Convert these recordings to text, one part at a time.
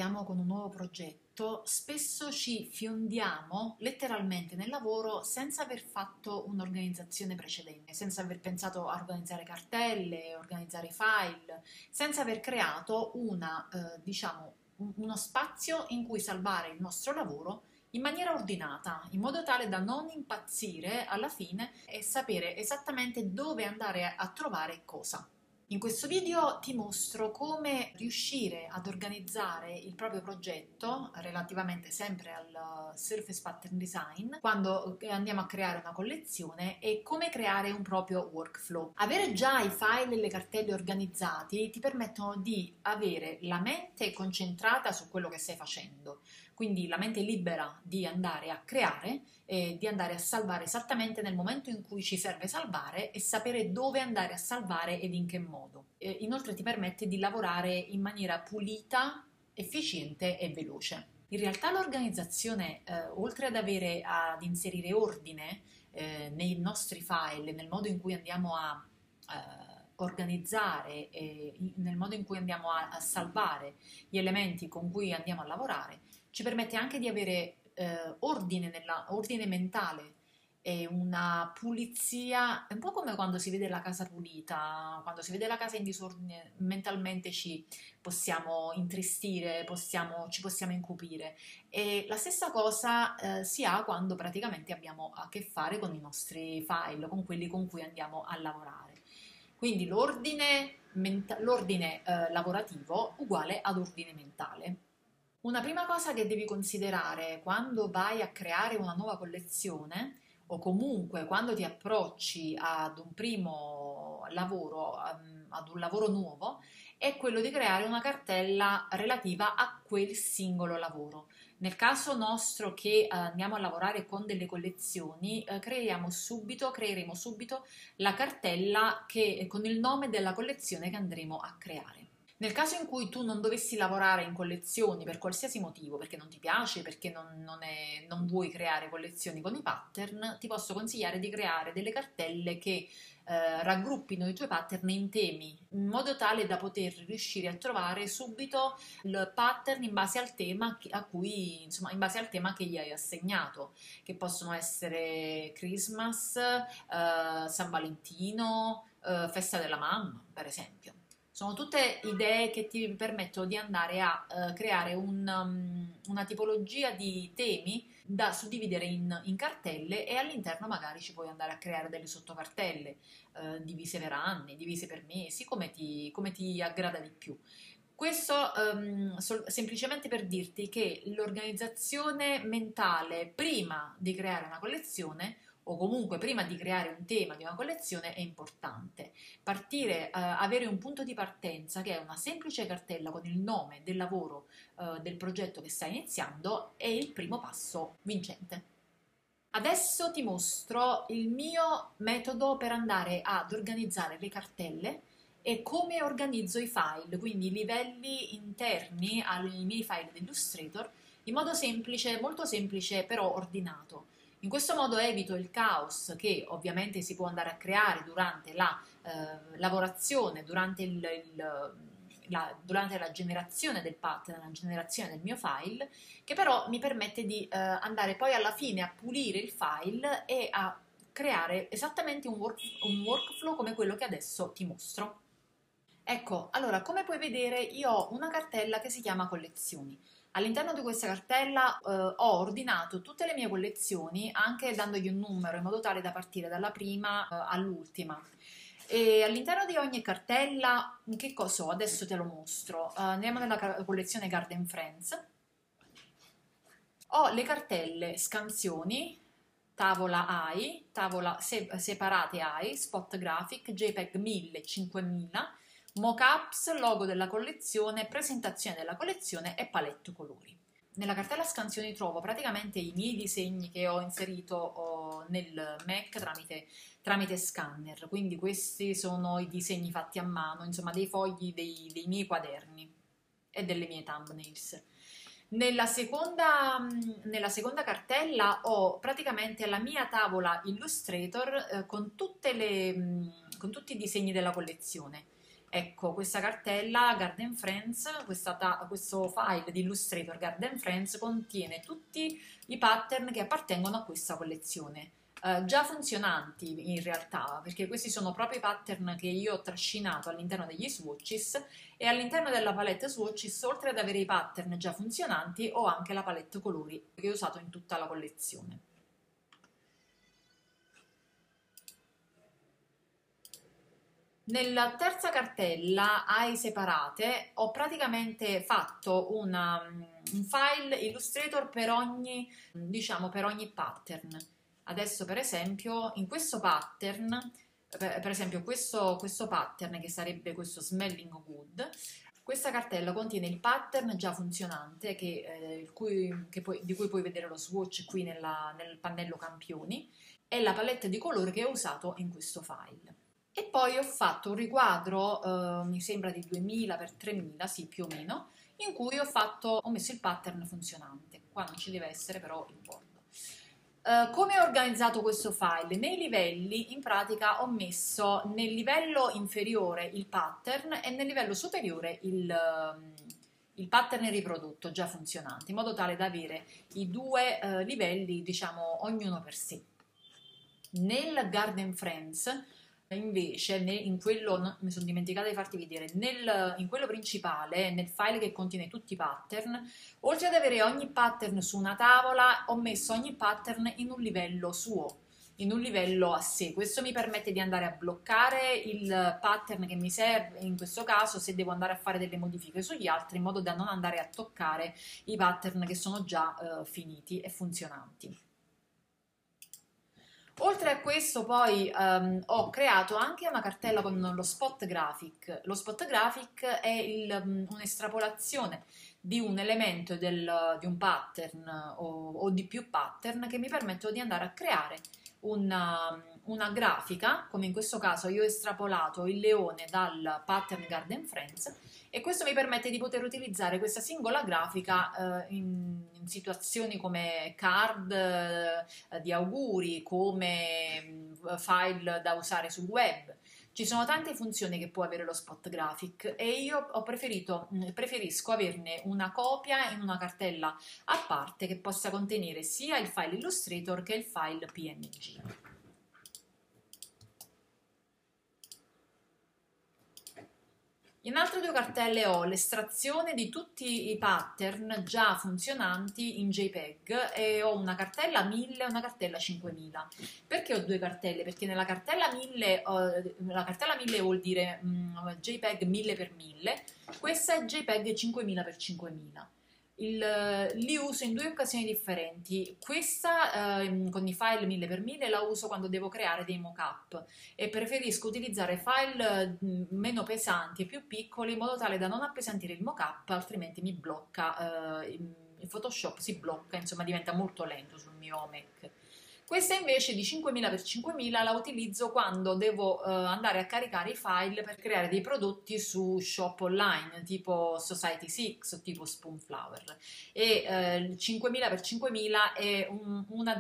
partiamo con un nuovo progetto, spesso ci fiondiamo letteralmente nel lavoro senza aver fatto un'organizzazione precedente, senza aver pensato a organizzare cartelle, organizzare file, senza aver creato uno spazio in cui salvare il nostro lavoro in maniera ordinata, in modo tale da non impazzire alla fine e sapere esattamente dove andare a trovare cosa. In questo video ti mostro come riuscire ad organizzare il proprio progetto relativamente sempre al Surface Pattern Design quando andiamo a creare una collezione e come creare un proprio workflow. Avere già i file e le cartelle organizzati ti permettono di avere la mente concentrata su quello che stai facendo, quindi la mente libera di andare a creare e di andare a salvare esattamente nel momento in cui ci serve salvare e sapere dove andare a salvare ed in che modo. Inoltre ti permette di lavorare in maniera pulita, efficiente e veloce. In realtà l'organizzazione, oltre ad inserire ordine nei nostri file, nel modo in cui andiamo a organizzare, nel modo in cui andiamo a salvare gli elementi con cui andiamo a lavorare, ci permette anche di avere ordine mentale e una pulizia, è un po' come quando si vede la casa pulita, quando si vede la casa in disordine, mentalmente ci possiamo intristire, ci possiamo incupire. E la stessa cosa si ha quando praticamente abbiamo a che fare con i nostri file, con quelli con cui andiamo a lavorare. Quindi l'ordine lavorativo uguale ad ordine mentale. Una prima cosa che devi considerare quando vai a creare una nuova collezione o comunque quando ti approcci ad un primo lavoro, ad un lavoro nuovo, è quello di creare una cartella relativa a quel singolo lavoro. Nel caso nostro che andiamo a lavorare con delle collezioni, creeremo subito la cartella con il nome della collezione che andremo a creare. Nel caso in cui tu non dovessi lavorare in collezioni per qualsiasi motivo, perché non ti piace, perché non vuoi creare collezioni con i pattern, ti posso consigliare di creare delle cartelle che raggruppino i tuoi pattern in temi, in modo tale da poter riuscire a trovare subito il pattern in base al tema in base al tema che gli hai assegnato, che possono essere Christmas, San Valentino, Festa della Mamma, per esempio. Sono tutte idee che ti permettono di andare a creare una tipologia di temi da suddividere in cartelle e all'interno magari ci puoi andare a creare delle sottocartelle divise per anni, divise per mesi, come ti aggrada di più. Questo semplicemente per dirti che l'organizzazione mentale prima di creare una collezione o comunque prima di creare un tema di una collezione è importante. Avere un punto di partenza che è una semplice cartella con il nome del lavoro del progetto che stai iniziando è il primo passo vincente. Adesso ti mostro il mio metodo per andare ad organizzare le cartelle e come organizzo i file, quindi i livelli interni ai miei file di Illustrator in modo semplice, molto semplice però ordinato. In questo modo evito il caos che ovviamente si può andare a creare durante la lavorazione, durante la generazione del pattern, la generazione del mio file, che però mi permette di andare poi alla fine a pulire il file e a creare esattamente un workflow come quello che adesso ti mostro. Ecco, allora, come puoi vedere io ho una cartella che si chiama collezioni. All'interno di questa cartella ho ordinato tutte le mie collezioni anche dandogli un numero in modo tale da partire dalla prima all'ultima. E all'interno di ogni cartella, che cosa ho? Adesso te lo mostro. Andiamo nella collezione Garden Friends. Ho le cartelle scansioni, tavola AI, tavola separate AI, spot graphic, JPEG 1000, 5000, mockups, logo della collezione, presentazione della collezione e paletto colori. Nella cartella scansioni trovo praticamente i miei disegni che ho inserito nel Mac tramite scanner, quindi questi sono i disegni fatti a mano, insomma dei fogli dei miei quaderni e delle mie thumbnails. Nella seconda cartella ho praticamente la mia tavola Illustrator con tutti i disegni della collezione. Ecco, questa cartella Garden Friends, questo file di Illustrator Garden Friends contiene tutti i pattern che appartengono a questa collezione. Già funzionanti in realtà, perché questi sono proprio i pattern che io ho trascinato all'interno degli swatches, e all'interno della palette swatches, oltre ad avere i pattern già funzionanti, ho anche la palette colori che ho usato in tutta la collezione. Nella terza cartella, AI separate, ho praticamente fatto un file Illustrator per ogni, diciamo, per ogni pattern. Adesso, per esempio, in questo pattern, per esempio questo pattern che sarebbe questo Smelling Good, questa cartella contiene il pattern già funzionante di cui puoi vedere lo swatch qui nel pannello campioni, e la palette di colore che ho usato in questo file. E poi ho fatto un riquadro, mi sembra di 2000 x 3000, sì, più o meno, in cui ho messo il pattern funzionante. Qua non ci deve essere, però importa. Come ho organizzato questo file? Nei livelli, in pratica, ho messo nel livello inferiore il pattern e nel livello superiore il pattern riprodotto già funzionante, in modo tale da avere i due livelli, diciamo, ognuno per sé. Nel Garden Friends, invece, in quello, mi sono dimenticata di farti vedere, in quello principale, nel file che contiene tutti i pattern, oltre ad avere ogni pattern su una tavola, ho messo ogni pattern in un livello suo, in un livello a sé. Questo mi permette di andare a bloccare il pattern che mi serve, in questo caso, se devo andare a fare delle modifiche sugli altri, in modo da non andare a toccare i pattern che sono già finiti e funzionanti. Oltre a questo poi ho creato anche una cartella con lo spot graphic. Lo spot graphic è un'estrapolazione di un elemento di un pattern o di più pattern che mi permettono di andare a creare una grafica, come in questo caso io ho estrapolato il leone dal pattern Garden Friends, e questo mi permette di poter utilizzare questa singola grafica in situazioni come card di auguri, come file da usare sul web. Ci sono tante funzioni che può avere lo spot graphic, e io preferisco averne una copia in una cartella a parte che possa contenere sia il file Illustrator che il file PNG. In altre due cartelle ho l'estrazione di tutti i pattern già funzionanti in JPEG, e ho una cartella 1000 e una cartella 5000. Perché ho due cartelle? Perché nella cartella 1000, la cartella 1000 vuol dire JPEG 1000x1000, questa è JPEG 5000x5000. Li uso in due occasioni differenti. Questa con i file 1000x1000 la uso quando devo creare dei mock-up, e preferisco utilizzare file meno pesanti e più piccoli, in modo tale da non appesantire il mock-up, altrimenti mi blocca, il Photoshop si blocca, insomma diventa molto lento sul mio Mac. Questa invece di 5000x5000 la utilizzo quando devo andare a caricare i file per creare dei prodotti su shop online, tipo Society6 o tipo Spoonflower. E il 5000x5000 è una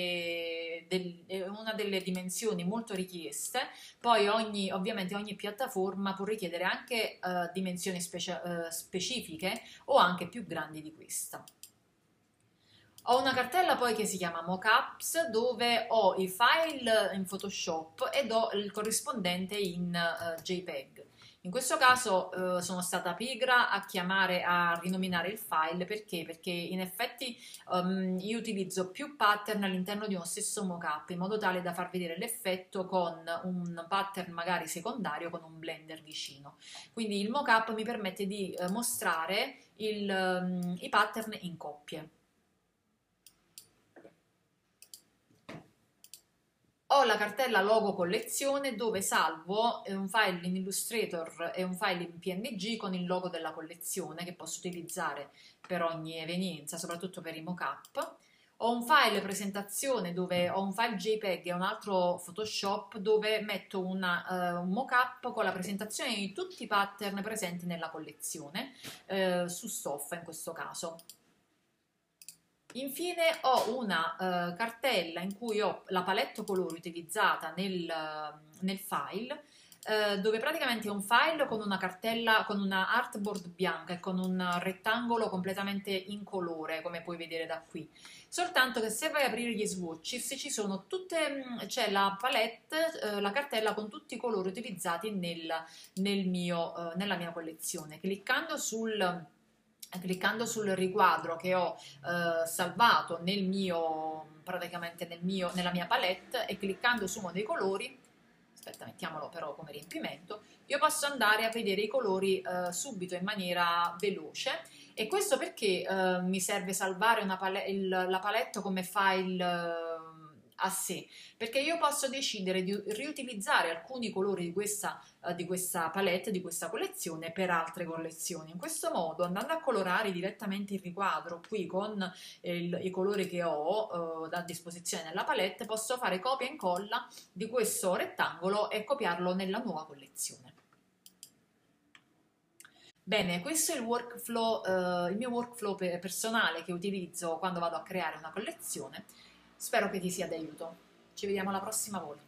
delle dimensioni molto richieste. Poi ovviamente ogni piattaforma può richiedere anche dimensioni specifiche o anche più grandi di questa. Ho una cartella poi che si chiama Mockups, dove ho i file in Photoshop ed ho il corrispondente in JPEG. In questo caso sono stata pigra a rinominare il file. Perché? Perché in effetti io utilizzo più pattern all'interno di uno stesso mockup, in modo tale da far vedere l'effetto con un pattern magari secondario con un blender vicino. Quindi il mockup mi permette di mostrare i pattern in coppie. Ho la cartella logo collezione, dove salvo un file in Illustrator e un file in PNG con il logo della collezione, che posso utilizzare per ogni evenienza, soprattutto per i mock-up. Ho un file presentazione dove ho un file JPEG e un altro Photoshop, dove metto un mock-up con la presentazione di tutti i pattern presenti nella collezione, su stoffa in questo caso. Infine ho una cartella in cui ho la palette colori utilizzata nel file, dove praticamente è un file con una cartella, con una artboard bianca e con un rettangolo completamente incolore, come puoi vedere da qui. Soltanto che se vai a aprire gli swatches ci sono tutte, c'è la palette, la cartella con tutti i colori utilizzati nella mia collezione. Cliccando sul riquadro che ho salvato nella mia palette e cliccando su uno dei colori, aspetta, mettiamolo però come riempimento, io posso andare a vedere i colori subito in maniera veloce. E questo perché mi serve salvare la palette come file a sé? Perché io posso decidere di riutilizzare alcuni colori di questa palette, di questa collezione per altre collezioni. In questo modo, andando a colorare direttamente il riquadro qui con i colori che ho a disposizione nella palette, posso fare copia e incolla di questo rettangolo e copiarlo nella nuova collezione. Bene, questo è il mio workflow personale che utilizzo quando vado a creare una collezione. Spero che ti sia d'aiuto. Ci vediamo la prossima volta.